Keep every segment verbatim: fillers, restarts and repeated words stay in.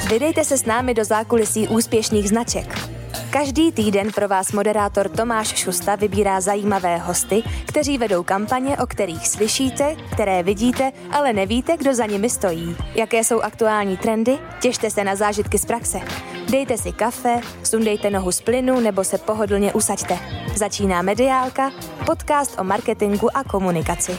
Vydejte se s námi do zákulisí úspěšných značek. Každý týden pro vás moderátor Tomáš Šusta vybírá zajímavé hosty, kteří vedou kampaně, o kterých slyšíte, které vidíte, ale nevíte, kdo za nimi stojí. Jaké jsou aktuální trendy? Těšte se na zážitky z praxe. Dejte si kafe, sundejte nohu z plynu nebo se pohodlně usaďte. Začíná Mediálka, podcast o marketingu a komunikaci.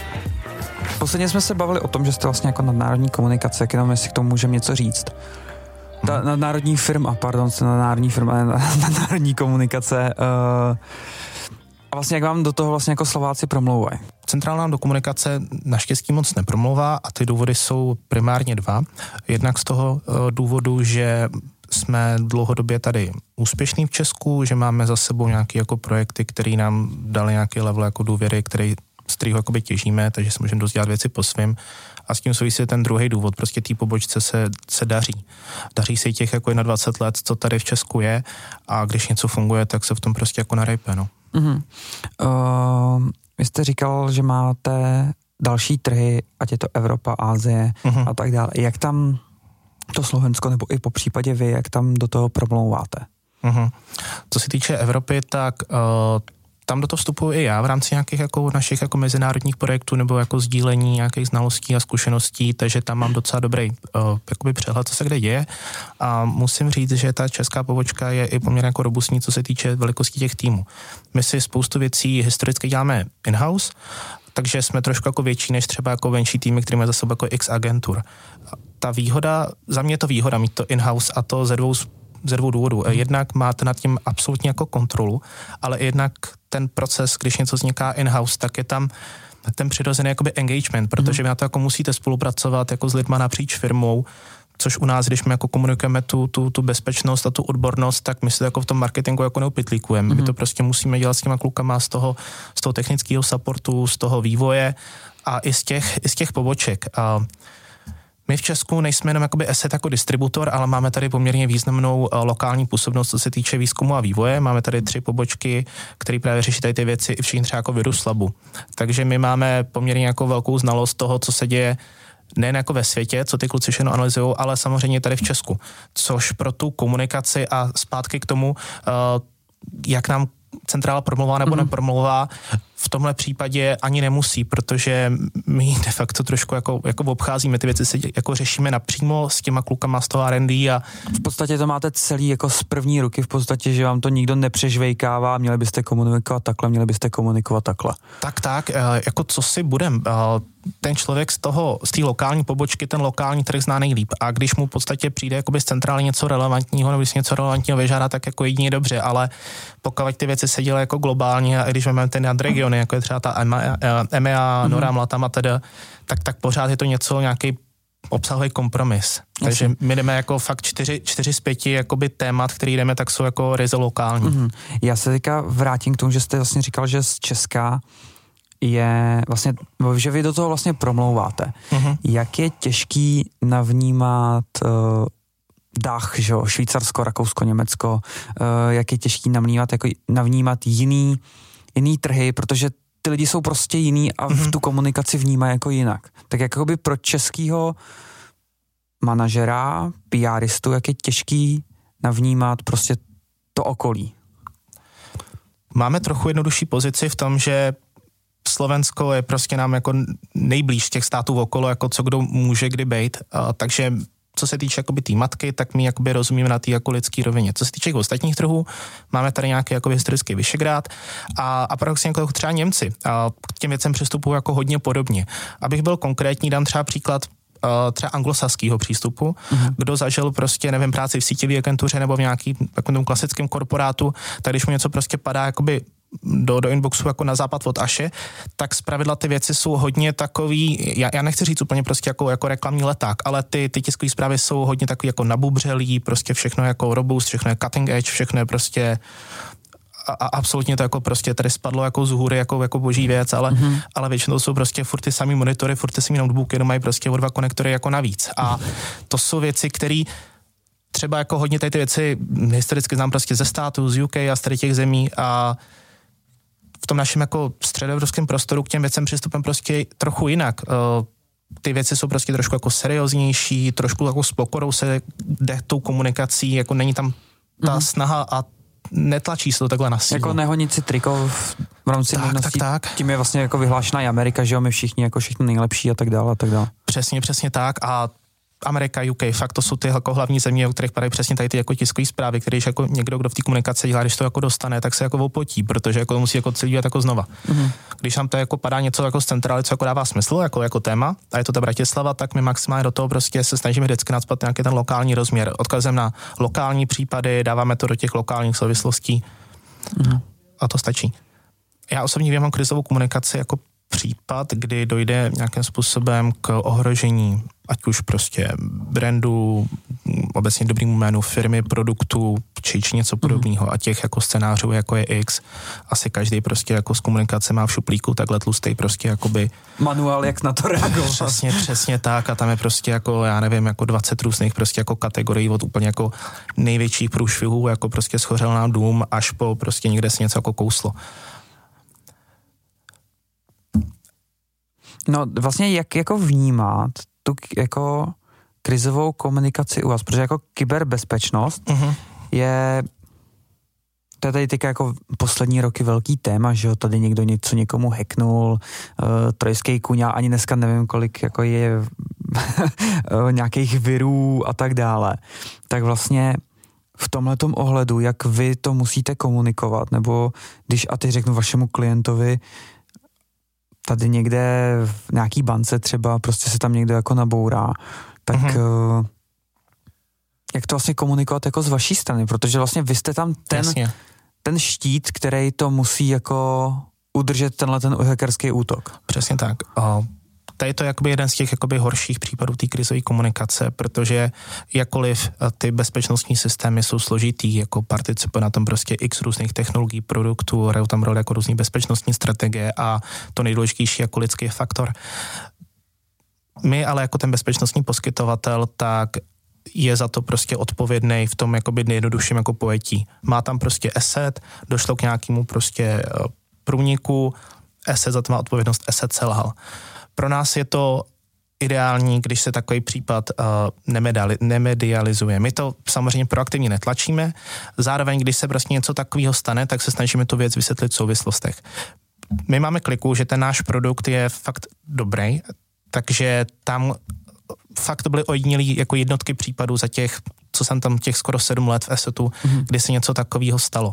Posledně jsme se bavili o tom, že jste vlastně jako nadnárodní komunikace, jak jenom jestli k tomu můžeme něco říct. Ta nadnárodní firma, pardon, nadnárodní firma, nadnárodní komunikace. Uh, a vlastně jak vám do toho vlastně jako Slováci promlouvají? Centrálna nám do komunikace naštěstí moc nepromlouvá a ty důvody jsou primárně dva. Jednak z toho uh, důvodu, že jsme dlouhodobě tady úspěšní v Česku, že máme za sebou nějaké jako projekty, které nám dali nějaký level jako důvěry, který, z kterého jakoby těžíme, takže si můžeme dost dělat věci po svým. A s tím souvisí ten druhý důvod, prostě té pobočce se, se daří. Daří se těch jako dvacet let, co tady v Česku je a když něco funguje, tak se v tom prostě jako narejpe, no. Mm-hmm. Uh, vy jste říkal, že máte další trhy, ať je to Evropa, Asie mm-hmm. a tak dále. Jak tam to Slovensko, nebo i po případě vy, jak tam do toho promlouváte? Mm-hmm. Co se týče Evropy, tak uh, tam do toho vstupuji i já v rámci nějakých jako našich jako mezinárodních projektů nebo jako sdílení nějakých znalostí a zkušeností, takže tam mám docela dobrý uh, jakoby přehled, co se kde děje. A musím říct, že ta česká pobočka je i poměrně jako robustní, co se týče velikosti těch týmů. My si spoustu věcí historicky děláme in-house, takže jsme trošku jako větší než třeba jako venší týmy, který mají za sebou jako x agentur. Ta výhoda, za mě je to výhoda mít to in-house a to ze dvou ze dvou důvodů. Jednak máte nad tím absolutně jako kontrolu, ale jednak ten proces, když něco vzniká in-house, tak je tam ten přirozený jakoby engagement, protože vy na to jako musíte spolupracovat jako s lidma napříč firmou, což u nás, když my jako komunikujeme tu, tu, tu bezpečnost a tu odbornost, tak my si to jako v tom marketingu jako neupitlíkujeme. Mm-hmm. My to prostě musíme dělat s těma klukama z toho, z toho technického supportu, z toho vývoje a i z těch, i z těch poboček. A my v Česku nejsme jenom jakoby asset jako distributor, ale máme tady poměrně významnou uh, lokální působnost, co se týče výzkumu a vývoje. Máme tady tři pobočky, které právě řeší tady ty věci, i všichni třeba jako Viruslabu. Takže my máme poměrně jako velkou znalost toho, co se děje nejen jako ve světě, co ty kluci všechno analyzují, ale samozřejmě tady v Česku. Což pro tu komunikaci a zpátky k tomu, uh, jak nám centrála promlouvá nebo mm. nepromlouvá, v tomhle případě ani nemusí, protože my de facto trošku jako, jako obcházíme ty věci, se jako řešíme napřímo s těma klukama z toho R and D a v podstatě to máte celý jako z první ruky, v podstatě, že vám to nikdo nepřežvejkává, měli byste komunikovat takhle, měli byste komunikovat takhle. Tak, tak, jako co si budem, ten člověk z toho, z té lokální pobočky, ten lokální trh zná nejlíp a když mu v podstatě přijde jakoby z centrály něco relevantního nebo si něco relevantního vyžádá, tak jako jedině dobře, ale pokud ty věci se dělají jako globálně a když máme ten nadregiony, jako je třeba ta E M E A, mm-hmm. NORAM, LATAM a teda, tak, tak pořád je to něco, nějaký obsahový kompromis. Takže my jdeme jako fakt čtyři, čtyři z pěti jakoby témat, který jdeme, tak jsou jako ryze lokální. Mm-hmm. Já se teďka vrátím k tomu, že jste vlastně říkal, že z Česka je vlastně, že vy do toho vlastně promlouváte. Mm-hmm. Jak je těžký navnímat uh, Dach, že jo, Švýcarsko, Rakousko, Německo, uh, jak je těžký navnímat, jako navnímat jiný, jiný trhy, protože ty lidi jsou prostě jiný a v tu komunikaci vnímají jako jinak. Tak jakoby pro českýho manažera, PRistu, jak je těžký navnímat prostě to okolí? Máme trochu jednodušší pozici v tom, že Slovensko je prostě nám jako nejblíž těch států okolo, jako co kdo může kdy bejt, a takže co se týče jakoby té matky, tak my jakoby rozumíme na té jako lidský rovině. Co se týče ostatních trhů, máme tady nějaký jakoby historický Vyšegrád a, a paradoxně jako třeba Němci a k těm věcem přistupují jako hodně podobně. Abych byl konkrétní, dám třeba příklad uh, třeba anglosaského přístupu, mm-hmm. kdo zažil prostě, nevím, práci v síťové agentuře nebo v nějakým takovém klasickém korporátu, tak když mu něco prostě padá jakoby do, do inboxu jako na západ od Aše, tak zpravidla ty věci jsou hodně takový, já, já nechci říct úplně prostě jako, jako reklamní leták, ale ty, ty tiskové zprávy jsou hodně takový jako nabubřelý, prostě všechno jako robust, všechno je cutting edge, všechno je prostě a, a absolutně to jako prostě tady spadlo jako z hůry, jako, jako boží věc, ale, mm-hmm. ale většinou jsou prostě furt ty samý monitory, furt ty samý notebooky, jenom mají prostě o dva konektory jako navíc. A to jsou věci, které třeba jako hodně tady ty věci historicky znám prostě ze států, z U K a z tady těch zemí a v tom našem jako středoevropském prostoru k těm věcem přistupem prostě trochu jinak. ty věci jsou prostě trošku jako serióznější, trošku jako s pokorou se jde tou komunikací, jako není tam ta mm-hmm. snaha a netlačí se to takhle na sílu. Jako nehonit si triko v rámci tak, možností, tak, tak. Tím je vlastně jako vyhlášená i Amerika, že jo, my všichni jako všechno nejlepší a tak dále a tak dále. Přesně, přesně tak a Amerika, U K, fakt to jsou ty jako hlavní země, o kterých padají přesně tady ty jako tiskové zprávy, které jako někdo, kdo v té komunikaci dělá, když to jako dostane, tak se jako opotí, protože jako to musí jako celý dělat jako znova. Mm-hmm. Když nám to jako padá něco jako z centrály, co jako dává smysl, jako, jako téma, a je to ta Bratislava, tak my maximálně do toho prostě se snažíme vždycky nacpat nějaký ten lokální rozměr. Odkazem na lokální případy, dáváme to do těch lokálních souvislostí mm-hmm. a to stačí. Já osobně vnímám krizovou komunikaci jako případ, kdy dojde nějakým způsobem k ohrožení, ať už prostě brandu, obecně dobrýmu jménu firmy, produktu, či, či něco podobného. A těch jako scénářů, jako je X, asi každý prostě jako z komunikace má v šuplíku takhle tlustej prostě jakoby... Manuál, jak na to reagovat. Přesně, přesně tak a tam je prostě jako, já nevím, jako dvacet různých prostě jako kategorií od úplně jako největších průšvihů, jako prostě schořel nám dům, až po prostě někde si něco jako kouslo. No vlastně jak jako vnímat tu jako krizovou komunikaci u vás, protože jako kyberbezpečnost uh-huh. je to je tady teďka jako poslední roky velký téma, že jo, tady někdo něco někomu hacknul, uh, trojský kůň, já ani dneska nevím, kolik jako je nějakých virů a tak dále. Tak vlastně v tomhletom ohledu, jak vy to musíte komunikovat, nebo když a teď řeknu vašemu klientovi, tady někde v nějaký bance třeba, prostě se tam někdo jako nabourá, tak uh-huh. uh, jak to vlastně komunikovat jako z vaší strany, protože vlastně vy jste tam ten, ten štít, který to musí jako udržet tenhle ten hackerský útok. Přesně tak. Uh, tady to je jakoby jeden z těch jakoby horších případů té krizové komunikace, protože jakkoliv ty bezpečnostní systémy jsou složitý, jako participuje na tom prostě x různých technologií, produktů, hrajou tam roli jako různý bezpečnostní strategie a to nejdůležitější jako lidský faktor. My ale jako ten bezpečnostní poskytovatel, tak je za to prostě odpovědný v tom jakoby nejjednodušším jako pojetí. Má tam prostě asset, došlo k nějakému prostě průniku, asset za to má odpovědnost, asset selhal. Pro nás je to ideální, když se takový případ uh, nemediali, nemedializuje. My to samozřejmě proaktivně netlačíme, zároveň, když se prostě něco takového stane, tak se snažíme tu věc vysvětlit v souvislostech. My máme kliku, že ten náš produkt je fakt dobrý, takže tam fakt to byly ojedinělý jako jednotky případů za těch, co jsem tam těch skoro sedm let v Assetu, mm-hmm. kdy se něco takového stalo.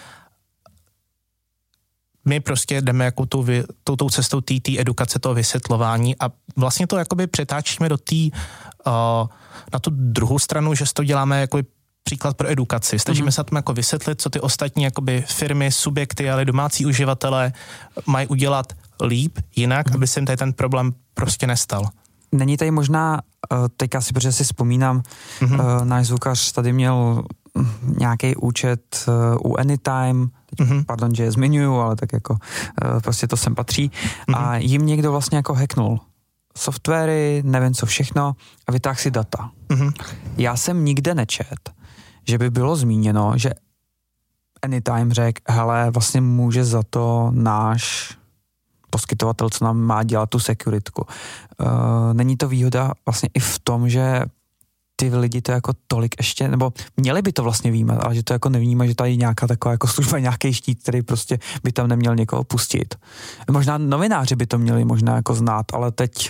My prostě jdeme jako tou, tou, tou cestou té edukace, toho vysvětlování a vlastně to jakoby přetáčíme do té, uh, na tu druhou stranu, že to děláme jako příklad pro edukaci. Snažíme mm-hmm. se tam jako vysvětlit, co ty ostatní jakoby firmy, subjekty, ale domácí uživatelé mají udělat líp, jinak, mm-hmm. aby se jim tady ten problém prostě nestal. Není tady možná, teďka si, protože si vzpomínám, mm-hmm. náš zvukař tady měl nějaký účet u Anytime, teď, mm-hmm. pardon, že je zmiňuju, ale tak jako prostě to sem patří mm-hmm. a jim někdo vlastně jako hacknul softwary, nevím co všechno a vytáhl si data. Mm-hmm. Já jsem nikde nečet, že by bylo zmíněno, že Anytime řekl, hele, vlastně může za to náš poskytovatel, co nám má dělat tu securitku. Uh, není to výhoda vlastně i v tom, že ty lidi to jako tolik ještě, nebo měli by to vlastně vnímat, ale že to jako nevnímají, že tady nějaká taková jako služba, nějaký štít, který prostě by tam neměl někoho pustit. Možná novináři by to měli možná jako znát, ale teď...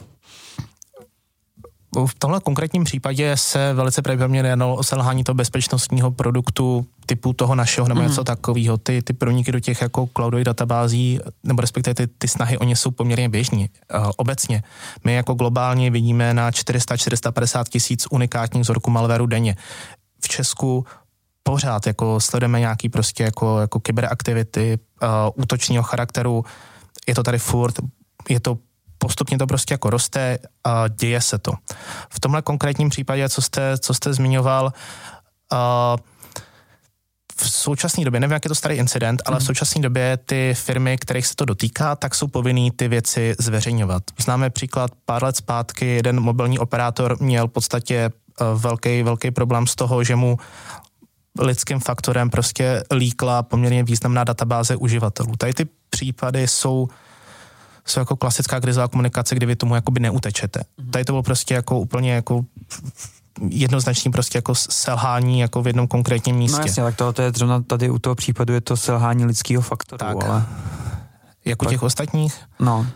V tomhle konkrétním případě se velice pravděpodobně jednalo o selhání toho bezpečnostního produktu typu toho našeho nebo mm. něco takového. Ty, ty proniky do těch jako cloudových databází, nebo respektive ty, ty snahy o ně jsou poměrně běžní. Uh, obecně. My jako globálně vidíme na čtyři sta až čtyři sta padesát tisíc unikátních vzorků malwareu denně. V Česku pořád jako sledujeme nějaký prostě jako, jako kyberaktivity uh, útočního charakteru. Je to tady furt, je to postupně to prostě jako roste a děje se to. V tomhle konkrétním případě, co jste, co jste zmiňoval, uh, v současné době, nevím, jak je to starý incident, ale v současné době ty firmy, kterých se to dotýká, tak jsou povinný ty věci zveřejňovat. Známe příklad pár let zpátky, jeden mobilní operátor měl v podstatě uh, velký, velký problém z toho, že mu lidským faktorem prostě líkla poměrně významná databáze uživatelů. Tady ty případy jsou jsou jako klasická krizová komunikace, kdy vy tomu jakoby neutečete. Mm-hmm. Tady to bylo prostě jako úplně jako jednoznačný prostě jako selhání jako v jednom konkrétním místě. No jasně, tak to, to je zrovna tady u toho případu je to selhání lidského faktoru, tak. ale... Jako pak... těch ostatních? No.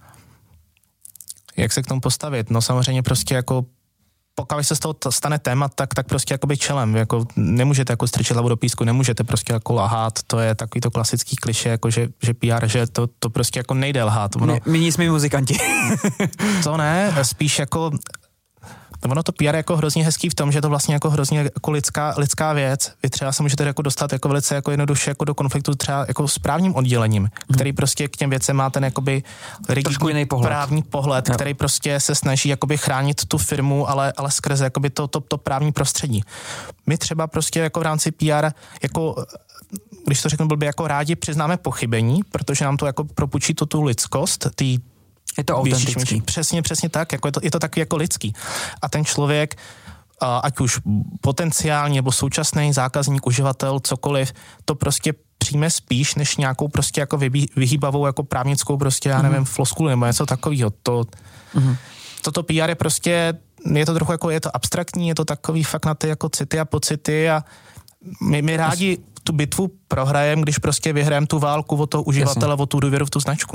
Jak se k tomu postavit? No samozřejmě prostě jako pokud se z toho stane téma, tak, tak prostě jakoby čelem, jako nemůžete jako strčit hlavu do písku, nemůžete prostě jako lhát, to je takový to klasický klišé, jako že, že P R, že to, to prostě jako nejde lhát. Ono, my, my nejsme muzikanti. To ne, spíš jako ono to P R je jako hrozně hezký v tom, že je to vlastně jako hrozně jako lidská, lidská věc. Vy třeba se můžete jako dostat jako velice jako jednoduše jako do konfliktu třeba jako s právním oddělením, hmm. který prostě k těm věcem má ten jakoby rigidní pohled. právní pohled, jo. Který prostě se snaží jakoby chránit tu firmu, ale, ale skrze jakoby to, to, to právní prostředí. My třeba prostě jako v rámci P R jako když to řeknu blbě, jako rádi přiznáme pochybení, protože nám to jako propůjčí to tu lidskost, ty je to autentický. Přesně, přesně tak, jako je to, je to taky jako lidský. A ten člověk, ať už potenciální nebo současný zákazník, uživatel, cokoliv, to prostě přijme spíš, než nějakou prostě jako vyhýbavou jako právnickou prostě, já nevím, mm-hmm. floskulu nebo něco takového. To, mm-hmm. Toto P R je prostě, je to trochu jako, je to abstraktní, je to takový fakt na ty jako city a pocity a my, my rádi tu bitvu prohrajeme, když prostě vyhrajeme tu válku o toho uživatele, Jasně. o tu důvěru v tu značku.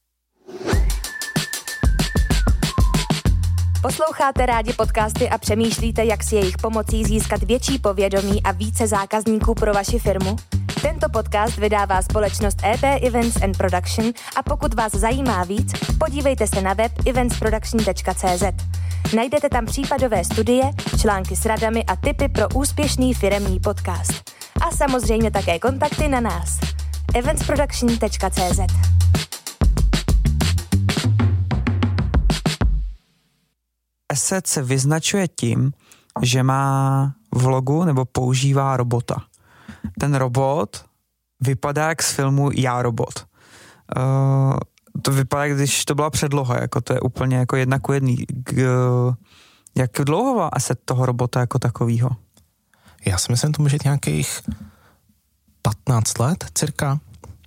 Posloucháte rádi podcasty a přemýšlíte, jak si jejich pomocí získat větší povědomí a více zákazníků pro vaši firmu? Tento podcast vydává společnost E P Events and Production a pokud vás zajímá víc, podívejte se na web events production tečka cé zet. Najdete tam případové studie, články s radami a tipy pro úspěšný firemní podcast. A samozřejmě také kontakty na nás. events production tečka cé zet. Asset se vyznačuje tím, že má v logu nebo používá robota. Ten robot vypadá jak z filmu Já robot. Uh, to vypadá, když to byla předloha, jako to je úplně jako jedna ku jedný. G- jak dlouho má asset toho robota jako takovýho? Já si myslím, to může nějakých patnáct let, cirka.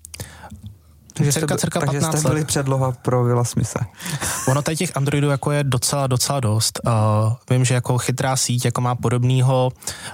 Takže cirka, cirka takže patnáct jste byli let. Předloha pro Willa Smithe. Ono tady těch Androidů jako je docela, docela dost. Uh, vím, že jako chytrá síť jako má podobnýho,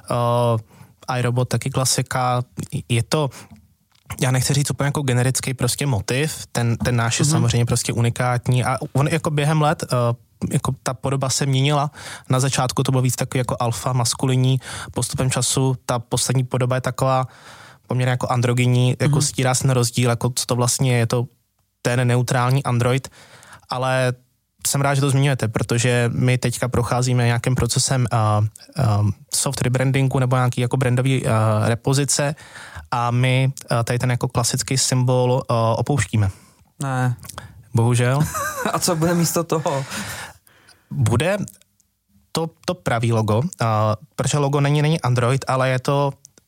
uh, iRobot taky klasika. Je to, já nechci říct úplně jako generický prostě motiv, ten, ten náš je mm-hmm. samozřejmě prostě unikátní a on jako během let uh, jako ta podoba se měnila. Na začátku to bylo víc takový jako alfa, maskulinní, postupem času ta poslední podoba je taková poměrně jako androgyní, jako mm-hmm. stírá se na rozdíl, jako co to vlastně je, je to ten neutrální Android, ale jsem rád, že to zmiňujete, protože my teďka procházíme nějakým procesem uh, uh, soft rebrandingu nebo nějaký jako brandový uh, repozice a my uh, tady ten jako klasický symbol uh, opouštíme. Ne. Bohužel. A co bude místo toho? Bude to, to pravý logo, uh, protože logo není, není Android, ale je to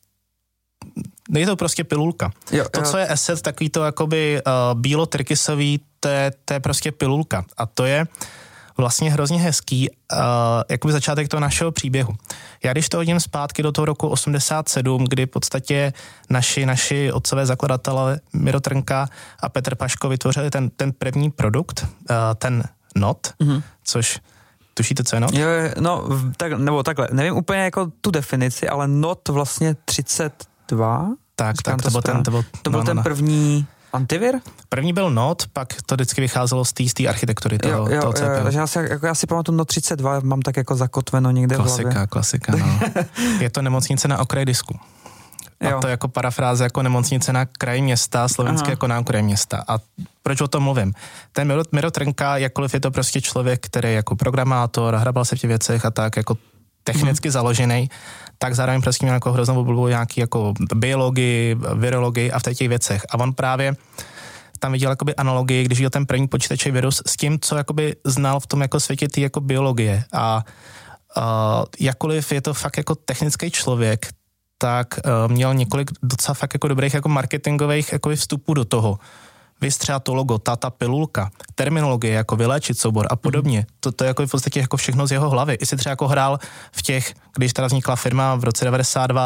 je to prostě pilulka. Jo, to, jo. Co je asset, takový to jakoby uh, bílo-tyrkysový, to je, to je prostě pilulka. A to je vlastně hrozně hezký, uh, jakoby začátek toho našeho příběhu. Já když to hodím zpátky do toho roku osmdesát sedm, kdy v podstatě naši, naši otcové zakladatelé Miro Trnka a Petr Paško vytvořili ten, ten první produkt, uh, ten Not, mm-hmm. což tušíte, co je Not? Jo, no, tak, nebo takhle, nevím úplně jako tu definici, ale Not vlastně třicet dva? Tak, tak, to, to byl ten, to byl, to byl no, ten no, první antivir? První byl Not, pak to vždycky vycházelo z té architektury toho, jo, jo, toho C P U. Takže já si, jako já si pamatuju Not třicet dva, mám tak jako zakotveno někde klasika, v hlavě. Klasika, klasika, no. Je to nemocnice na okraji disku. A jo. To jako parafráze jako nemocnice na kraji města, slovenské jako na okraji města. A proč o tom mluvím? Ten Miro, Miro Trnka, jakkoliv je to prostě člověk, který jako programátor, hrabal se v těch věcech a tak jako technicky mm. založený, tak zároveň prostě měl jako hroznou oblibu nějaký jako biologii, virologii a v těch věcech. A on právě tam viděl jakoby analogii, když viděl ten první počítačový virus s tím, co jakoby znal v tom jako světě ty jako biologie. A uh, jakkoliv je to fakt jako technický člověk, tak uh, měl několik docela fakt jako dobrých jako marketingových jako vstupů do toho. Vystřela to logo, ta, ta pilulka, terminologie, jako vyléčit soubor a podobně. Mm. To, to je jako v podstatě jako všechno z jeho hlavy. I si třeba jako hrál v těch, když teda vznikla firma v roce devadesát dva,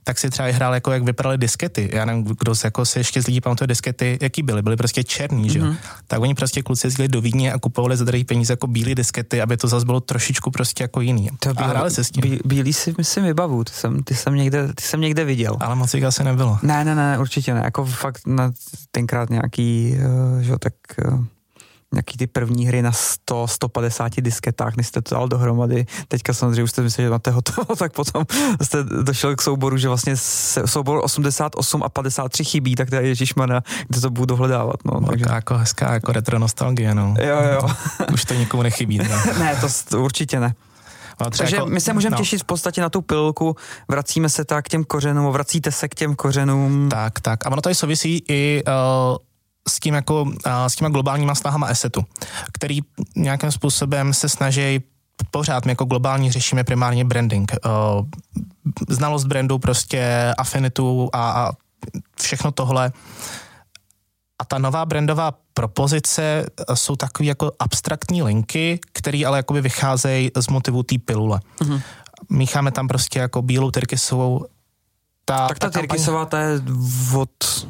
tak si třeba hrál, jako jak vypadaly diskety. Já nevím, kdo jako si ještě z lidí pamatuje diskety, jaký byly, byly prostě černý, mm-hmm. že jo. Tak oni prostě kluci jezdili do Vídně a kupovali za drahý peníze jako bílé diskety, aby to zase bylo trošičku prostě jako jiný. To a hráli se s tím. Bí, bílý si myslím vybavu, ty jsem, ty jsem někde, ty jsem někde viděl. Ale moc jich asi nebylo. Ne, ne, ne, určitě ne. Jako fakt na tenkrát nějaký, uh, že tak uh, nějaký ty první hry na sto, sto padesát disketách, než jste to dal dohromady. Teďka samozřejmě už jste mysleli, že máte hotovo, tak potom jste došel k souboru, že vlastně soubor osmdesát osm a padesát tři chybí, tak teda ježišmana, kde to budu dohledávat. No, takže. Jako hezká, jako retro nostalgie, no. Jo, jo. Už to nikomu nechybí. Ne, ne to, to určitě ne. Takže jako, my se můžeme no. těšit v podstatě na tu pilulku, vracíme se tak k těm kořenům, vracíte se k těm kořenům. Tak, tak. A ono tady souvisí i uh, s tím jako, uh, s těma globálníma snahama ESETu, který nějakým způsobem se snaží pořád, my jako globální řešíme primárně branding. Uh, znalost brandu, prostě afinitu a, a všechno tohle. A ta nová brandová propozice jsou takový jako abstraktní linky, které ale jakoby vycházejí z motivu té pilule. Mm-hmm. Mícháme tam prostě jako bílou tyrkysovou. Ta, tak ta, ta tyrkysová, ta je od...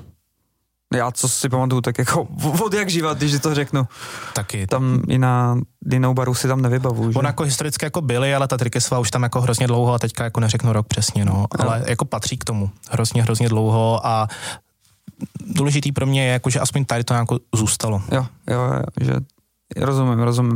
Já co si pamatuju, tak jako od jak živa, když to řeknu. Taky. Tam jiná, jinou baru si tam nevybavu. Ona jako historicky jako byly, ale ta tyrkysová už tam jako hrozně dlouho a teďka jako neřeknu rok přesně, no. Ale no. jako patří k tomu. Hrozně, hrozně dlouho a důležitý pro mě je, jako, že aspoň tady to nějako zůstalo. Jo, jo, jo, že rozumím, rozumím.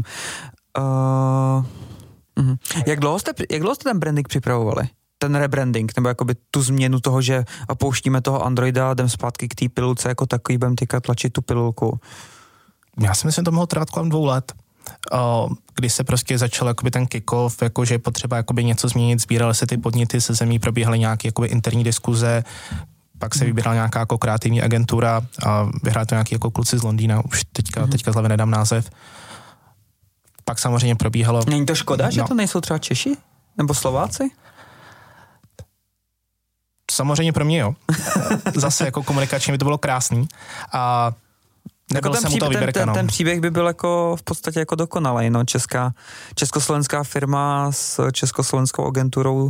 Uh, uh-huh. Jak dlouho jste, jak dlouho jste ten branding připravovali? Ten rebranding, nebo jakoby tu změnu toho, že opouštíme toho Androida, jdem zpátky k té pilulce jako takový, budeme teďka tlačit tu pilulku? Já si myslím, že to mohlo trvat kolem dvou let. Uh, kdy se prostě začal jakoby ten kick-off, jako, že je potřeba jakoby něco změnit, sbíraly se ty podněty se zemí, probíhaly nějaké jakoby interní diskuze, pak se vybírala nějaká jako kreativní agentura a vyhráli to nějaký jako kluci z Londýna, už teďka, mm-hmm. teďka z hlavy nedám název. Pak samozřejmě probíhalo... Není to škoda, no. že to nejsou třeba Češi? Nebo Slováci? Samozřejmě pro mě jo. Zase jako komunikačně by to bylo krásný. A nebyl jako jsem u toho výběrka, ten, no. ten příběh by byl jako v podstatě jako dokonalej, no. Česká, československá firma s československou agenturou.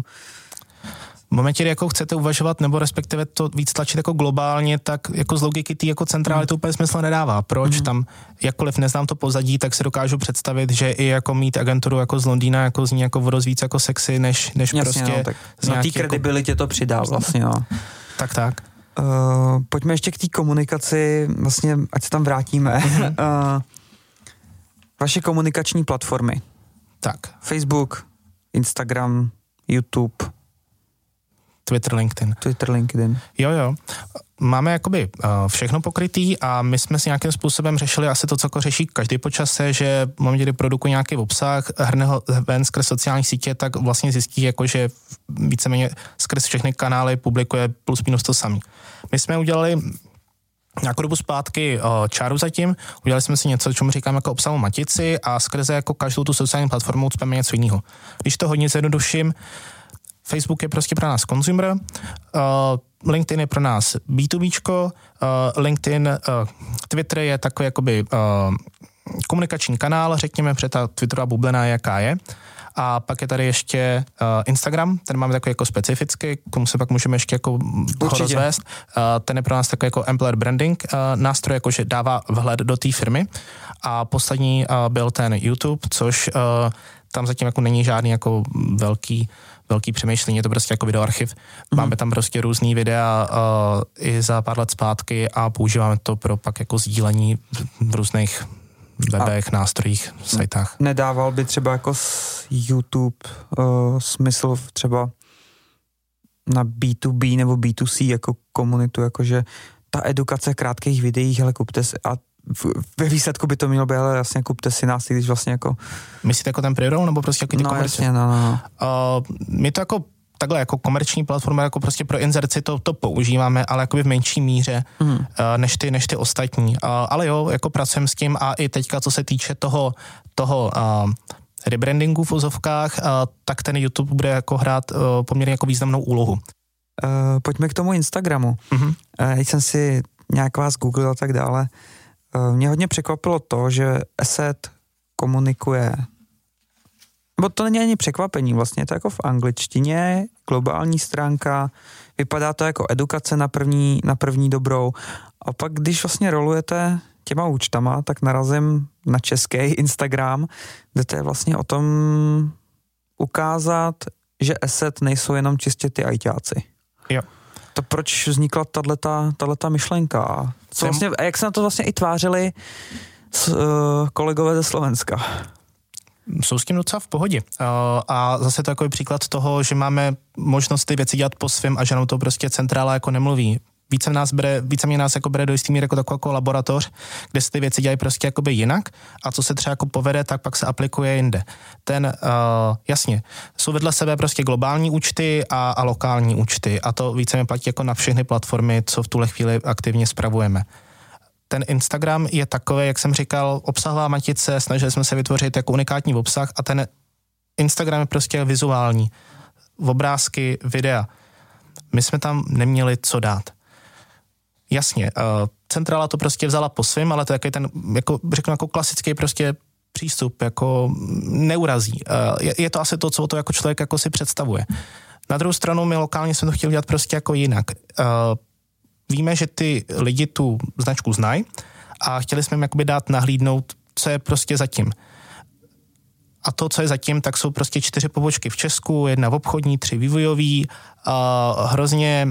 V momentě, kdy jako chcete uvažovat, nebo respektive to víc tlačit jako globálně, tak jako z logiky té jako centrály mm. to úplně smysl nedává. Proč? Mm. Tam, jakkoliv neznám to pozadí, tak si dokážu představit, že i jako mít agenturu jako z Londýna jako zní jako vodost víc jako sexy, než, než Jasně, prostě... No, tak na té kredibilitě jako... to přidá vlastně, no. Tak, tak. Uh, pojďme ještě k té komunikaci, vlastně, ať se tam vrátíme. Mm-hmm. uh, vaše komunikační platformy. Tak. Facebook, Instagram, YouTube... Twitter, LinkedIn. Twitter, LinkedIn. Jo, jo. Máme jakoby uh, všechno pokrytý a my jsme si nějakým způsobem řešili asi to, co jako řeší každý po čase, že v momentě, kdy produkuje nějaký obsah, hrne ho ven skrz sociální sítě, tak vlastně zjistí, jako, že víceméně skrz všechny kanály publikuje plus minus to samý. My jsme udělali nějakou dobu zpátky uh, čáru zatím, udělali jsme si něco, čemu říkáme jako obsahovou matici a skrze jako každou tu sociální platformu ucpeme něco jiného. Když to hodně zjednoduším, Facebook je prostě pro nás consumer, uh, LinkedIn je pro nás bé dvě béčko, uh, LinkedIn, uh, Twitter je takový jakoby uh, komunikační kanál, řekněme, protože ta Twitterová bublina je, jaká je. A pak je tady ještě uh, Instagram, ten máme takový jako specifický, k tomu se pak můžeme ještě jako rozvést. Uh, ten je pro nás takový jako employer branding uh, nástroj, jakože dává vhled do té firmy. A poslední uh, byl ten YouTube, což uh, tam zatím jako není žádný jako velký velký přemýšlení, je to prostě jako videoarchiv. Mm. Máme tam prostě různý videa uh, i za pár let zpátky a používáme to pro pak jako sdílení v různých webech, a nástrojích, sajtách. Nedával by třeba jako s YouTube uh, smysl třeba na bé dvě bé nebo bé dvě cé jako komunitu, jakože ta edukace krátkých videích, hele kupte si a ve výsledku by to mělo být, ale jasně kupte si nás, když vlastně jako... Myslíte jako ten pre-roll, nebo prostě jako ty no, komerci? Jasně, no, no. Uh, my to jako takhle jako komerční platforma, jako prostě pro inzerci to, to používáme, ale jako v menší míře mm. uh, než, ty, než ty ostatní. Uh, ale jo, jako pracujeme s tím a i teďka, co se týče toho, toho uh, rebrandingu v ozovkách, uh, tak ten YouTube bude jako hrát uh, poměrně jako významnou úlohu. Uh, pojďme k tomu Instagramu. Mm-hmm. Uh, když jsem si nějak vás googlil a tak dále, mě hodně překvapilo to, že ESET komunikuje Bo to není ani překvapení, vlastně je to jako v angličtině, globální stránka, vypadá to jako edukace na první, na první dobrou a pak když vlastně rolujete těma účtama, tak narazím na český Instagram, kde to je vlastně o tom ukázat, že asset nejsou jenom čistě ty ajťáci. Jo. To proč vznikla tato myšlenka? Co vlastně, a jak se na to vlastně i tvářili s, uh, kolegové ze Slovenska? Jsou s tím docela v pohodě. Uh, a zase to takový příklad toho, že máme možnost ty věci dělat po svém a že nám to prostě centrála jako nemluví. Více, nás bere, více mě nás jako bere do jistý míry jako takovou jako laboratoř, kde se ty věci dělají prostě jakoby jinak a co se třeba jako povede, tak pak se aplikuje jinde. Ten, uh, jasně, jsou vedle sebe prostě globální účty a, a lokální účty a to více mě platí jako na všechny platformy, co v tuhle chvíli aktivně spravujeme. Ten Instagram je takový, jak jsem říkal, obsahová matice, snažili jsme se vytvořit jako unikátní obsah a ten Instagram je prostě vizuální. Obrázky, videa. My jsme tam neměli co dát. Jasně, uh, centrála to prostě vzala po svým, ale to je ten, jako, řeknu, jako klasický prostě přístup, jako neurazí. Uh, je, je to asi to, co to jako člověk jako si představuje. Na druhou stranu my lokálně jsme to chtěli dělat prostě jako jinak. Uh, víme, že ty lidi tu značku znají a chtěli jsme jim jakoby dát nahlídnout, co je prostě zatím. A to, co je zatím, tak jsou prostě čtyři pobočky v Česku, jedna v obchodní, tři vývojový, uh, hrozně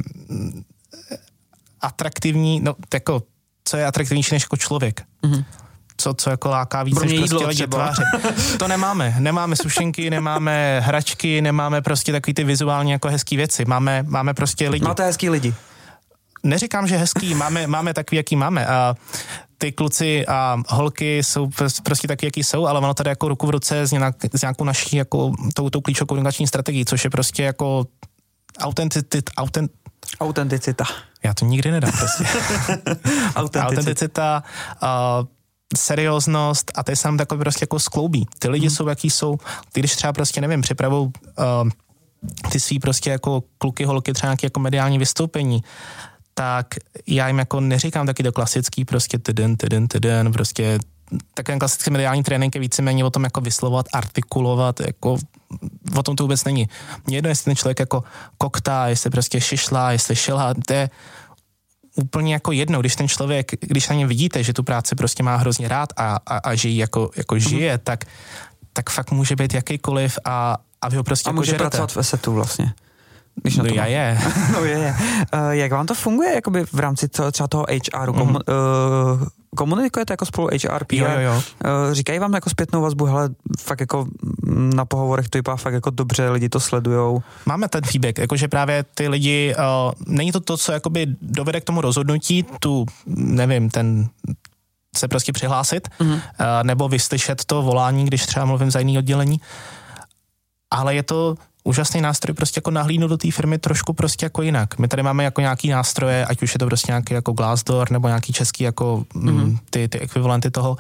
atraktivní, no jako, co je atraktivnější než jako člověk. Mm-hmm. Co, co jako láká víc než prostě lidi tváře. To nemáme. Nemáme sušenky, nemáme hračky, nemáme prostě takový ty vizuálně jako hezký věci. Máme, máme prostě lidi. Máte hezký lidi. Neříkám, že hezký, máme, máme takový, jaký máme. A ty kluci a holky jsou prostě taky, jaký jsou, ale ono tady jako ruku v ruce s, nějak, s nějakou naší jako tou, tou klíčovou komunikační strategií, což je prostě jako autenticit, autent, autenticita. Já to nikdy nedám prostě. Autenticita. Autenticita, uh, serióznost a tady se nám takové prostě jako skloubí. Ty lidi hmm. jsou, jaký jsou, ty když třeba prostě, nevím, připravou uh, ty svý prostě jako kluky, holky, třeba nějaké jako mediální vystoupení, tak já jim jako neříkám taky to klasický prostě tyden, tyden, tyden, prostě takový klasický mediální trénink je víceméně o tom jako vyslovovat, artikulovat, jako o tom to vůbec není. Mně jedno, jestli ten člověk jako koktá, jestli prostě šišlá, jestli šilhá, to je úplně jako jedno, když ten člověk, když na něm vidíte, že tu práci prostě má hrozně rád a, a, a že ji jako, jako žije, mm-hmm. tak, tak fakt může být jakýkoliv a, a vy ho prostě a jako může žerete. pracovat v esetu vlastně. Když no já je. no je, je. Uh, jak vám to funguje jakoby v rámci toho, třeba toho há eru? Mm-hmm. Komu, uh, komunikujete jako spolu há er, pé er? Jo, jo, jo. Uh, říkají vám jako zpětnou vazbu, hele, fakt jako na pohovorech to vypadá fakt jako dobře, lidi to sledujou. Máme ten feedback, jakože právě ty lidi, uh, není to to, co jakoby dovede k tomu rozhodnutí, tu, nevím, ten se prostě přihlásit, mm-hmm. uh, nebo vyslyšet to volání, když třeba mluvím za jiný oddělení, ale je to úžasný nástroj prostě jako nahlídnout do té firmy trošku prostě jako jinak. My tady máme jako nějaký nástroje, ať už je to prostě nějaký jako Glassdoor nebo nějaký český jako mm-hmm. ty, ty ekvivalenty toho,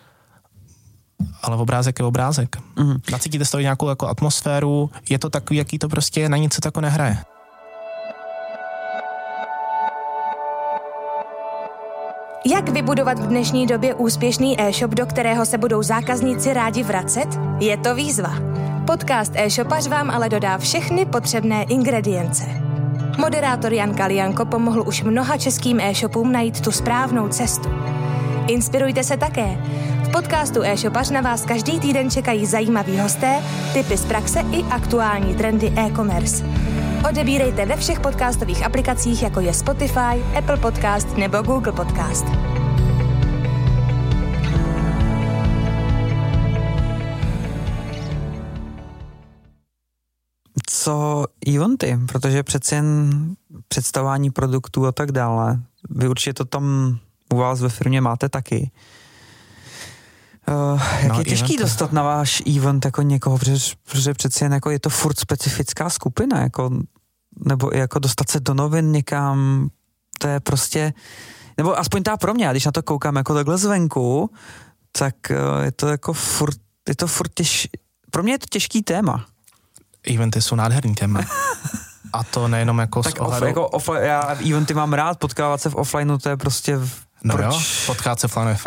ale obrázek je obrázek. Mm-hmm. Nacítíte z toho nějakou jako atmosféru, je to takový, jaký to prostě na nic se to jako nehraje. Jak vybudovat v dnešní době úspěšný e-shop, do kterého se budou zákazníci rádi vracet? Je to výzva. Podcast e-shopař vám ale dodá všechny potřebné ingredience. Moderátor Jan Kalianko pomohl už mnoha českým e-shopům najít tu správnou cestu. Inspirujte se také. V podcastu e-shopař na vás každý týden čekají zajímaví hosté, tipy z praxe i aktuální trendy e-commerce. Odebírejte ve všech podcastových aplikacích, jako je Spotify, Apple Podcast nebo Google Podcast. Co eventy, protože přeci jen představování produktů a tak dále. Vy určitě to tam u vás ve firmě máte taky. Uh, jak no, je těžký eventy. Dostat na váš event jako někoho, protože, protože přeci jen jako je to furt specifická skupina, jako, nebo i jako dostat se do novin někam, to je prostě, nebo aspoň tá pro mě, a když na to koukám jako takhle zvenku, tak uh, je to jako furt, je to furt těž, pro mě je to těžký téma. Eventy jsou nádherný téma. A to nejenom jako tak z ohledu... Off, jako offline, já eventy mám rád, potkávat se v offlineu, to je prostě... V, no proč? jo, potkávat se v offlineu je fajn.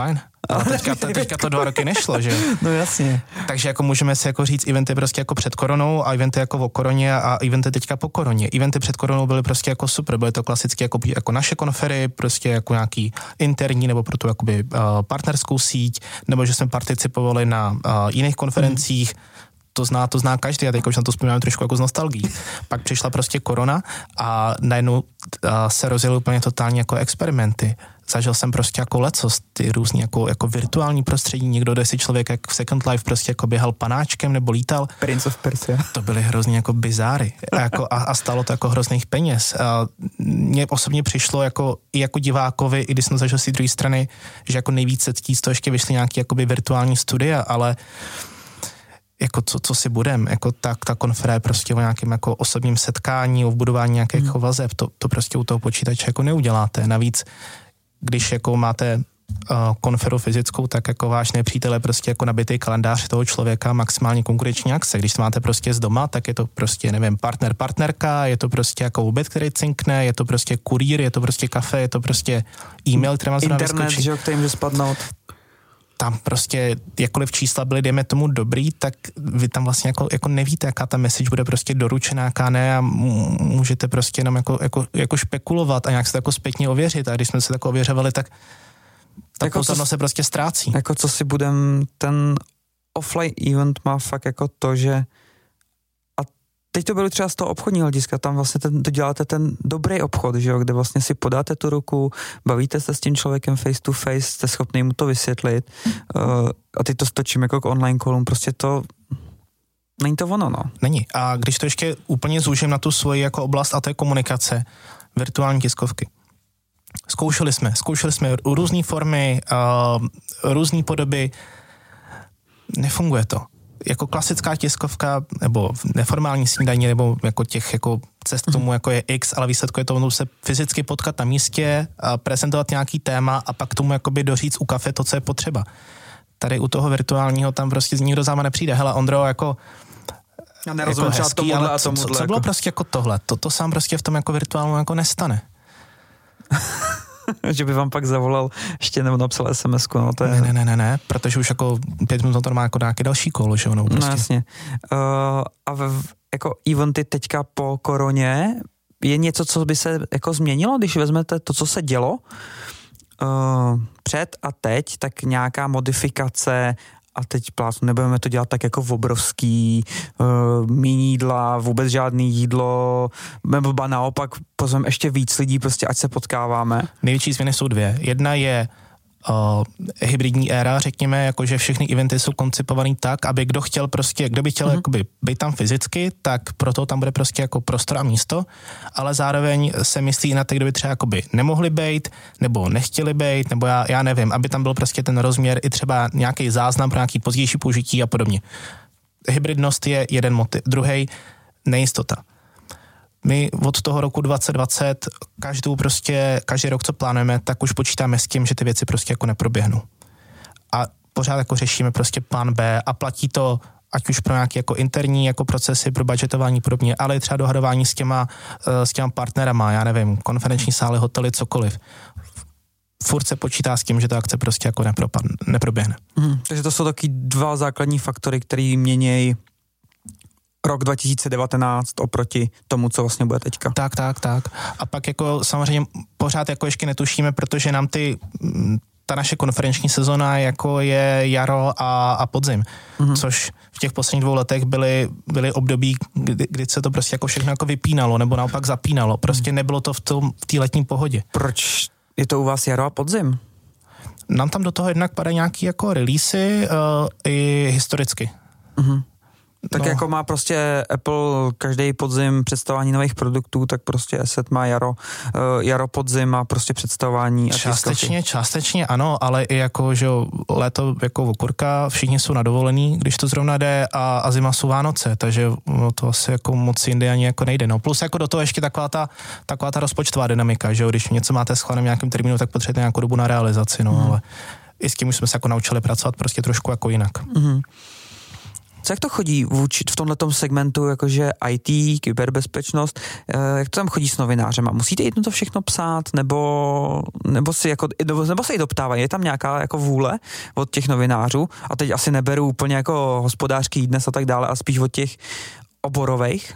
Ale teďka, to, teďka to dva roky nešlo, že? No jasně. Takže jako můžeme si jako říct eventy prostě jako před koronou a eventy jako o koroně a eventy teďka po koroně. Eventy před koronou byly prostě jako super, byly to klasicky jako, jako naše konfery, prostě jako nějaký interní nebo pro tu jakoby uh, partnerskou síť, nebo že jsme participovali na uh, jiných konferencích, mm. to zná, to zná každý, a teď už na to vzpomínám trošku jako z nostalgií. Pak přišla prostě korona a najednou uh, se rozjeli úplně totálně jako experimenty. Zažil jsem prostě jako lecos, ty různý jako, jako virtuální prostředí, někdo, kde si člověk jak v Second Life prostě jako běhal panáčkem nebo lítal. Prince of Persia. To byly hrozný jako bizáry a, jako, a, a stálo to jako hrozných peněz. A mně osobně přišlo jako, i jako divákovi, i když jsem zažil si druhé strany, že jako nejvíce ctí z toho ještě vyšly nějaký jakoby virtuální studia, ale jako co, co si budem, jako tak ta konference prostě o nějakém jako osobním setkání, o budování nějakých hmm. vazeb, to, to prostě u toho počítače jako neuděláte. Navíc když jako máte uh, konferu fyzickou, tak jako váš nepřítel je prostě jako nabitý kalendář toho člověka, maximálně konkurenční akce. Když to máte prostě z doma, tak je to prostě, nevím, partner, partnerka, je to prostě jako oběd, který cinkne, je to prostě kurýr, je to prostě kafe, je to prostě e-mail, který má zrovna vyskočit. Internet, že jo, který může spadnout. Tam prostě, jakkoliv čísla byly, dejme tomu dobrý, tak vy tam vlastně jako, jako nevíte, jaká ta message bude prostě doručená, jaká ne, a můžete prostě jenom jako, jako, jako špekulovat a nějak se to jako zpětně ověřit. A když jsme se tak ověřovali, tak ta jako pozornost se prostě ztrácí. Jako co si budem, ten offline event má fakt jako to, že teď to bylo třeba z toho obchodního hlediska, tam vlastně ten, to děláte ten dobrý obchod, že jo, kde vlastně si podáte tu ruku, bavíte se s tím člověkem face to face, jste schopný mu to vysvětlit uh, a teď to stočím jako k online callům, prostě to není to ono, no. Není. A když to ještě úplně zúžím na tu svoji jako oblast, a to je komunikace, virtuální tiskovky. Zkoušeli jsme, zkoušeli jsme různé formy, uh, různé podoby, nefunguje to. Jako klasická tiskovka, nebo neformální snídaní, nebo jako těch jako cest k tomu, jako je X, ale výsledku je to se fyzicky potkat na místě, a prezentovat nějaký téma a pak k tomu jakoby doříct u kafe to, co je potřeba. Tady u toho virtuálního tam prostě nikdo za mě nepřijde. Hele, Ondro, jako já nerozumím jako hezký, tomuhle ale a tomuhle, co, co, co bylo jako... prostě jako tohle? To, to sám prostě v tom jako virtuálním jako nestane. Že by vám pak zavolal ještě nebo napsal es em esku, no to je... Ne, ne, ne, ne, ne, protože už jako pět minut to má jako nějaký další kolo, že ono prostě. No jasně. Uh, a v, jako eventy teďka po koroně, je něco, co by se jako změnilo, když vezmete to, co se dělo uh, před a teď, tak nějaká modifikace a teď plásnu, nebudeme to dělat tak jako v obrovský, uh, míň jídla, vůbec žádný jídlo, nebo ba naopak pozveme ještě víc lidí, prostě ať se potkáváme. Největší změny jsou dvě. Jedna je uh, hybridní éra, řekněme, jakože všechny eventy jsou koncipovaný tak, aby kdo chtěl prostě, kdo by chtěl mm-hmm. jakoby být tam fyzicky, tak proto tam bude prostě jako prostor a místo, ale zároveň se myslí i na ty, kdo by třeba jakoby nemohli být, nebo nechtěli být, nebo já, já nevím, aby tam byl prostě ten rozměr i třeba nějaký záznam pro nějaký pozdější použití a podobně. Hybridnost je jeden motiv. Druhý, nejistota. My od toho roku dvacet dvacet každou prostě, každý rok, co plánujeme, tak už počítáme s tím, že ty věci prostě jako neproběhnou. A pořád jako řešíme prostě plán B a platí to ať už pro nějaké jako interní jako procesy, pro budgetování podobně, ale i třeba dohadování s těma, s těma partnerama, já nevím, konferenční sály, hotely, cokoliv. Furt se počítá s tím, že ta akce prostě jako nepropadne, neproběhne. Hmm, takže to jsou taky dva základní faktory, které měnějí rok dva tisíce devatenáct oproti tomu, co vlastně bude teďka. Tak, tak, tak. A pak jako samozřejmě pořád jako ještě netušíme, protože nám ty, ta naše konferenční sezona jako je jaro a, a podzim, mm-hmm. což v těch posledních dvou letech byly, byly období, kdy, kdy se to prostě jako všechno jako vypínalo nebo naopak zapínalo. Prostě nebylo to v tom, v té letní pohodě. Proč je to u vás jaro a podzim? Nám tam do toho jednak padají nějaký jako releasy uh, i historicky. Mhm. Tak no. jako má prostě Apple každý podzim představování nových produktů, tak prostě Asset má jaro, uh, jaro podzim má prostě představování. A částečně, částečně ano, ale i jako, že léto jako okurka, všichni jsou na dovolený, když to zrovna jde a, a zima jsou Vánoce, takže no, to asi jako moc jindy ani jako nejde. No plus jako do toho ještě taková ta, taková ta rozpočtová dynamika, že jo, když něco máte schválené v nějakém termínu, tak potřebujete nějakou dobu na realizaci, no, mm. ale i s tím už jsme se jako naučili pracovat prostě trošku jako jinak. Mm. Co jak to chodí vůči, v tomhletom segmentu, jakože í té, kyberbezpečnost, jak to tam chodí s novinářem? Musíte jít to všechno psát, nebo, nebo, si jako, nebo se i doptávají? Je tam nějaká jako vůle od těch novinářů? A teď asi neberu úplně jako Hospodářský dnes a tak dále, a spíš od těch oborových?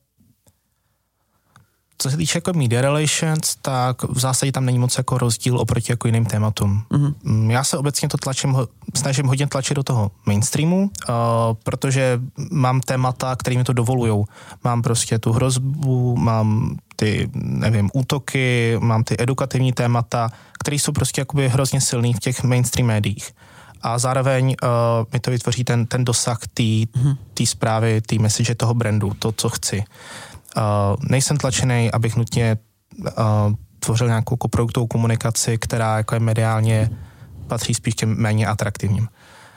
Co se týče jako media relations, tak v zásadě tam není moc jako rozdíl oproti jako jiným tématům. Mm-hmm. Já se obecně to tlačím, snažím hodně tlačit do toho mainstreamu, uh, protože mám témata, které mi to dovolujou. Mám prostě tu hrozbu, mám ty, nevím, útoky, mám ty edukativní témata, které jsou prostě jakoby hrozně silný v těch mainstream médiích. A zároveň uh, mi to vytvoří ten, ten dosah té mm-hmm. zprávy, té message toho brandu, to, co chci. Uh, nejsem tlačený, abych nutně uh, tvořil nějakou produktovou komunikaci, která jako je mediálně patří spíš těm méně atraktivním.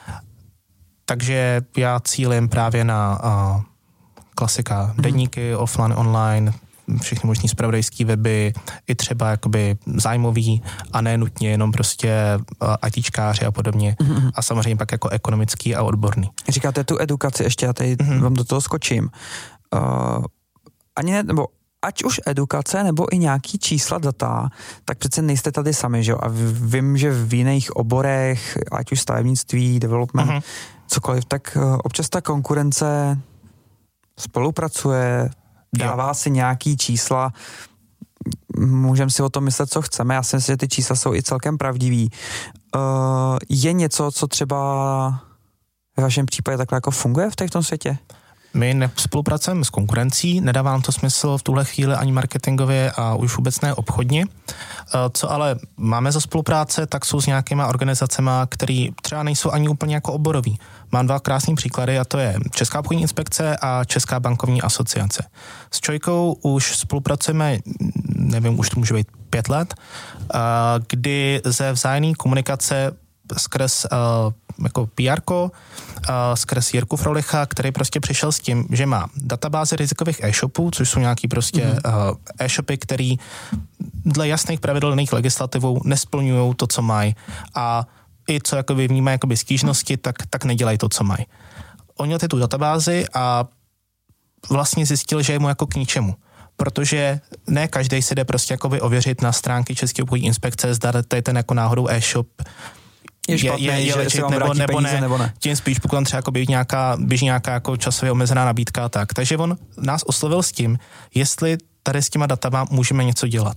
Takže já cílím právě na uh, klasika deníky, offline, online, všechny možný zpravodajský weby, i třeba jakoby zájmový a ne nutně jenom prostě uh, ITčkáři a podobně. Mm-hmm. A samozřejmě pak jako ekonomický a odborný. Říkáte tu edukaci, ještě já tady mm-hmm. vám do toho skočím. Uh, ani ne, nebo ať už edukace, nebo i nějaký čísla, data, tak přece nejste tady sami, že jo? A vím, že v jiných oborech, ať už stavebnictví, development, uh-huh. cokoliv, tak občas ta konkurence spolupracuje, dává jo. si nějaký čísla, můžeme si o tom myslet, co chceme, já si myslím, že ty čísla jsou i celkem pravdivý. Uh, je něco, co třeba ve vašem případě takhle jako funguje v, v tom světě? My nespolupracujeme s konkurencí, nedává nám to smysl v tuhle chvíli ani marketingově a už vůbec ne obchodně. Co ale máme za spolupráce, tak jsou s nějakýma organizacemi, které třeba nejsou ani úplně jako oborový. Mám dva krásné příklady a to je Česká obchodní inspekce a Česká bankovní asociace. S Čojkou už spolupracujeme, nevím, už to může být pět let, kdy ze vzájemné komunikace skrz uh, jako pé érko, uh, skrz Jirku Frolicha, který prostě přišel s tím, že má databáze rizikových e-shopů, což jsou nějaký prostě mm-hmm. uh, e-shopy, který dle jasných pravidel daných legislativou nesplňují to, co mají. A i co jakoby vnímají jakoby stížnosti, tak, tak nedělají to, co mají. On měl tu databázi a vlastně zjistil, že je mu jako k ničemu. Protože ne každý si jde prostě jakoby ověřit na stránky České obchodní inspekce, zda tady ten jako náhodou e-shop je špatný, je, je, je legit, nebo, nebo, ne, nebo ne. Tím spíš, pokud tam třeba jako běží nějaká, běží nějaká jako časově omezená nabídka, tak. Takže on nás oslovil s tím, jestli tady s těma datama můžeme něco dělat.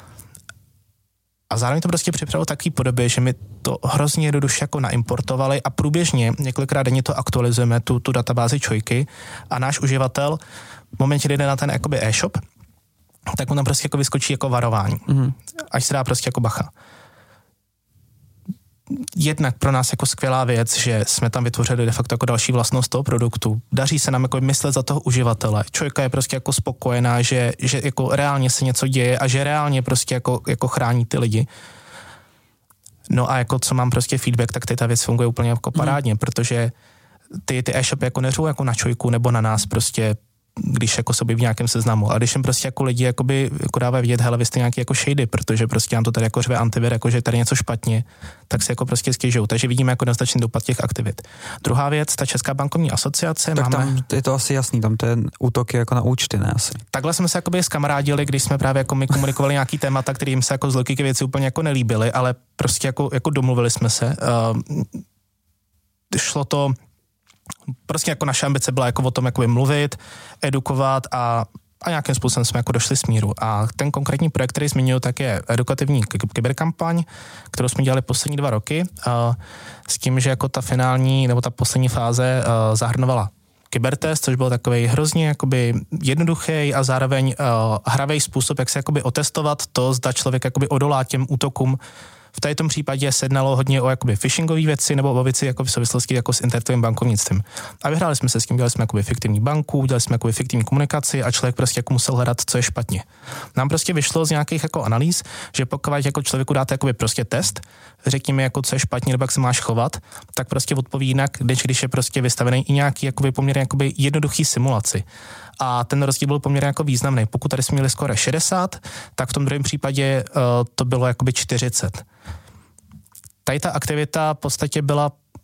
A zároveň to prostě připravilo takový podobě, že my to hrozně jednoduše jako naimportovali a průběžně několikrát denně to aktualizujeme, tu, tu databázi Čojky a náš uživatel v momentě, kdy jde na ten jakoby e-shop, tak mu tam prostě jako vyskočí jako varování. Mm-hmm. Až se dá prostě jako bacha. Jednak pro nás jako skvělá věc, že jsme tam vytvořili de facto jako další vlastnost toho produktu. Daří se nám jako myslet za toho uživatele. Čojka je prostě jako spokojená, že, že jako reálně se něco děje a že reálně prostě jako, jako chrání ty lidi. No a jako co mám prostě feedback, tak tady ta věc funguje úplně jako parádně, mm. protože ty, ty e-shopy jako neřou jako na Čojku nebo na nás prostě, když jako sobě v nějakém seznamu. A když jim prostě jako lidi jakoby, jako dávají vidět, hele, vy jste nějaký jako shady, protože prostě nám to tady jako řve antivir, jako že tady něco špatně, tak se jako prostě stěžují. Takže vidíme jako dostatečný dopad těch aktivit. Druhá věc, ta Česká bankovní asociace. Tak máme... tam je to asi jasný, tam ten útok je jako na účty, ne asi. Takhle jsme se jakoby skamarádili, když jsme právě jako my komunikovali nějaký témata, kterým se jako z logiky věci úplně jako nelíbily, ale prostě jako, jako domluvili jsme se. Uh, šlo to prostě jako naše ambice byla jako o tom jakoby mluvit, edukovat a, a nějakým způsobem jsme jako došli smíru. A ten konkrétní projekt, který zmiňuji, tak je edukativní kyberkampaň, kterou jsme dělali poslední dva roky, a s tím, že jako ta finální nebo ta poslední fáze a, zahrnovala kybertest, což byl takový hrozně jakoby jednoduchý a zároveň uh, hravej způsob, jak se jakoby otestovat to, zda člověk jakoby odolá těm útokům. V tady tom případě se jednalo hodně o jakoby phishingové věci nebo o věci jako v souvislosti jako s internetovým bankovnictvím. A vyhráli jsme se s tím, dělali jsme jakoby fiktivní banku, dělali jsme jakoby fiktivní komunikaci a člověk prostě jako musel hledat, co je špatně. Nám prostě vyšlo z nějakých jako analýz, že pokud jako člověku dáte jakoby prostě test, řekněme jako co je špatně nebo jak se máš chovat, tak prostě odpoví jinak, než když je prostě vystavený i nějaký jakoby poměrně jakoby jednoduchý simulaci. A ten rozdíl byl poměrně jako významný. Pokud tady jsme měli skoro šedesát, tak v tom druhém případě uh, to bylo jakoby čtyřicet. Tady ta aktivita v podstatě byla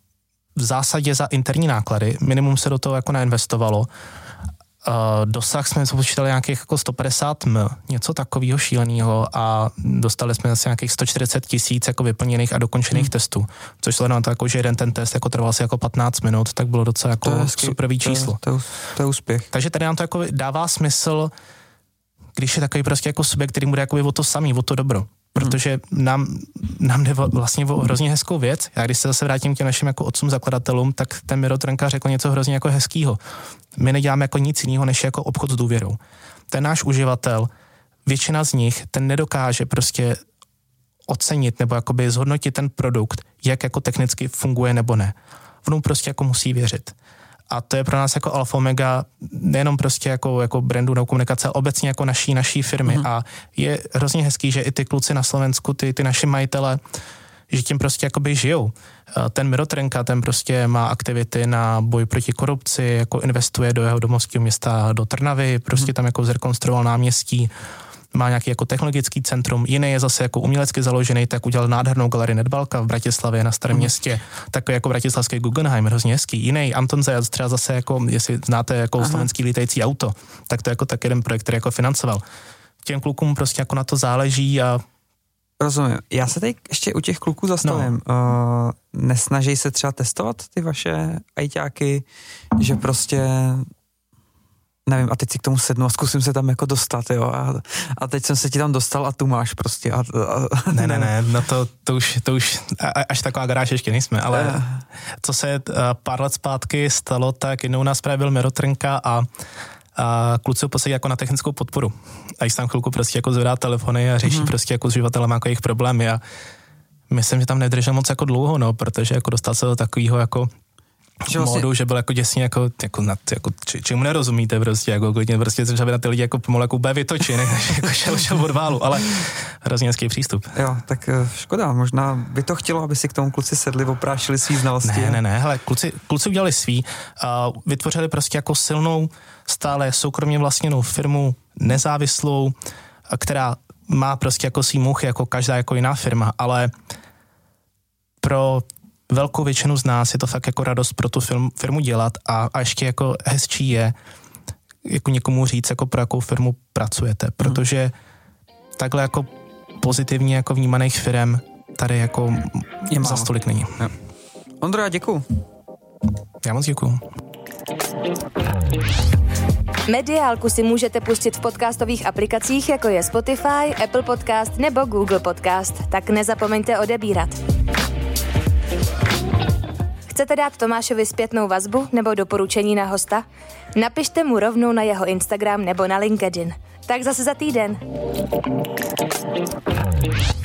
v zásadě za interní náklady, minimum se do toho jako nainvestovalo. Uh, dosah jsme započítali nějakých jako sto padesát mil, něco takového šíleného a dostali jsme zase nějakých sto čtyřicet tisíc jako vyplněných a dokončených hmm. testů, což se na to jako, že jeden ten test jako trval asi jako patnáct minut, tak bylo docela jako superový číslo. To je, to je úspěch. Takže tady nám to jako dává smysl, když je takový prostě jako subjekt, který bude jako o to samý, o to dobro. Protože nám, nám jde vlastně o hrozně hezkou věc. Já když se zase vrátím k těm našim jako otcům zakladatelům, tak ten Miro Trnka řekl něco hrozně jako hezkýho. My neděláme jako nic jiného, než jako obchod s důvěrou. Ten náš uživatel, většina z nich, ten nedokáže prostě ocenit nebo jakoby zhodnotit ten produkt, jak jako technicky funguje nebo ne. On prostě jako musí věřit. A to je pro nás jako alfa omega, nejenom prostě jako, jako brandu nebo komunikace, ale obecně jako naší, naší firmy. Mm. A je hrozně hezký, že i ty kluci na Slovensku, ty, ty naši majitele, že tím prostě jakoby žijou. Ten Miro Trnka, ten prostě má aktivity na boj proti korupci, jako investuje do jeho domovského města, do Trnavy, prostě mm. tam jako zrekonstruoval náměstí, má nějaký jako technologický centrum, jiný je zase jako umělecky založený, tak udělal nádhernou galerii Nedbalka v Bratislavě na Starém mm. městě, takový jako bratislavský Guggenheim, hrozně hezký. Jiný Anton Zajac, třeba zase jako, jestli znáte jako Aha. slovenský lítající auto, tak to je jako tak jeden projekt, který jako financoval. Těm klukům prostě jako na to záleží a rozumím. Já se teď ještě u těch kluků zastavím. No. Uh, nesnaží se třeba testovat ty vaše ajťáky, že prostě nevím, a teď si k tomu sednu a zkusím se tam jako dostat, jo, a, a teď jsem se ti tam dostal a tu máš prostě. A, a, ne, ne, ne, no to, to už, to už až taková garáž ještě nejsme, ale uh. co se uh, pár let zpátky stalo, tak jednou nás právě byl Miro Trnka a a kluci posadí jako na technickou podporu. A když tam chvilku prostě jako zvedá telefony a řeší mm. prostě jako s uživatelem jako jejich problémy a myslím, že tam nedržel moc jako dlouho, no, protože jako dostal se do takového jako že vlastně módu, že byl jako děsně jako, jako, nad, jako či, čemu nerozumíte prostě, jako klidně prostě třeba na ty lidi jako pomalu jako úplně vytočí, ne, jako šel, šel od válu, ale hrozně hezký přístup. Jo, tak škoda, možná by to chtělo, aby si k tomu kluci sedli, oprášili svý znalosti. Ne, ne, ne, hele, kluci, kluci udělali svý, a vytvořili prostě jako silnou, stále soukromně vlastněnou firmu, nezávislou, která má prostě jako svý muchy, jako každá jako jiná firma, ale pro velkou většinu z nás je to fakt jako radost pro tu firmu, firmu dělat a, a ještě jako hezčí je jako někomu říct, jako pro jakou firmu pracujete, protože takhle jako pozitivně jako vnímaných firem tady jako za stolik není. Jo. Ondro, já děkuju. Já moc děkuju. Mediálku si můžete pustit v podcastových aplikacích, jako je Spotify, Apple Podcast nebo Google Podcast, tak nezapomeňte odebírat. Chcete dát Tomášovi zpětnou vazbu nebo doporučení na hosta? Napište mu rovnou na jeho Instagram nebo na LinkedIn. Tak zase za týden.